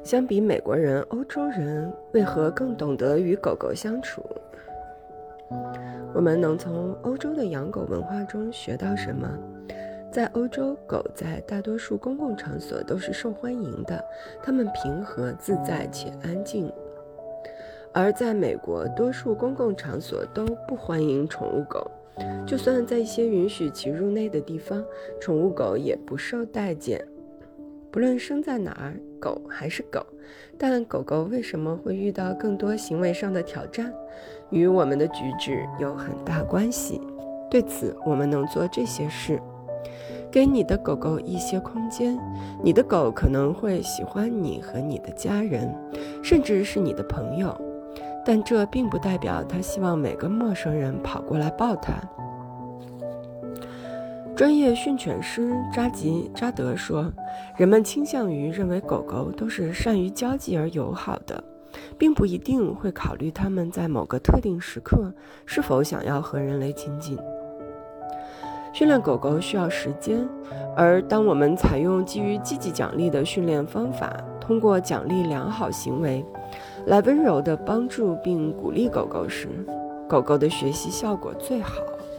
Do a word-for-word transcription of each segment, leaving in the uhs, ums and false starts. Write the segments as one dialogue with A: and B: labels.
A: 相比美国人，欧洲人为何更懂得与狗狗相处？我们能从欧洲的养狗文化中学到什么？在欧洲，狗在大多数公共场所都是受欢迎的，它们平和自在且安静。而在美国，多数公共场所都不欢迎宠物狗，就算在一些允许其入内的地方，宠物狗也不受待见。不论生在哪儿，狗还是狗，但狗狗为什么会遇到更多行为上的挑战，与我们的举止有很大关系。对此，我们能做这些事：给你的狗狗一些空间，你的狗可能会喜欢你和你的家人，甚至是你的朋友，但这并不代表它希望每个陌生人跑过来抱它。专业训犬师扎吉扎德说，人们倾向于认为狗狗都是善于交际而友好的，并不一定会考虑它们在某个特定时刻是否想要和人类亲近。训练狗狗需要时间，而当我们采用基于积极奖励的训练方法，通过奖励良好行为来温柔地帮助并鼓励狗狗时，狗狗的学习效果最好。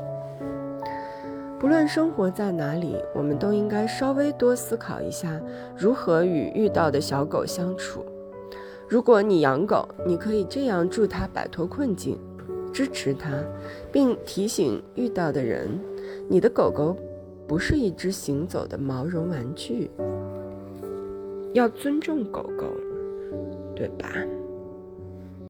A: 不论生活在哪里，我们都应该稍微多思考一下如何与遇到的小狗相处。如果你养狗，你可以这样助它摆脱困境，支持它，并提醒遇到的人，你的狗狗不是一只行走的毛绒玩具。要尊重狗狗，对吧？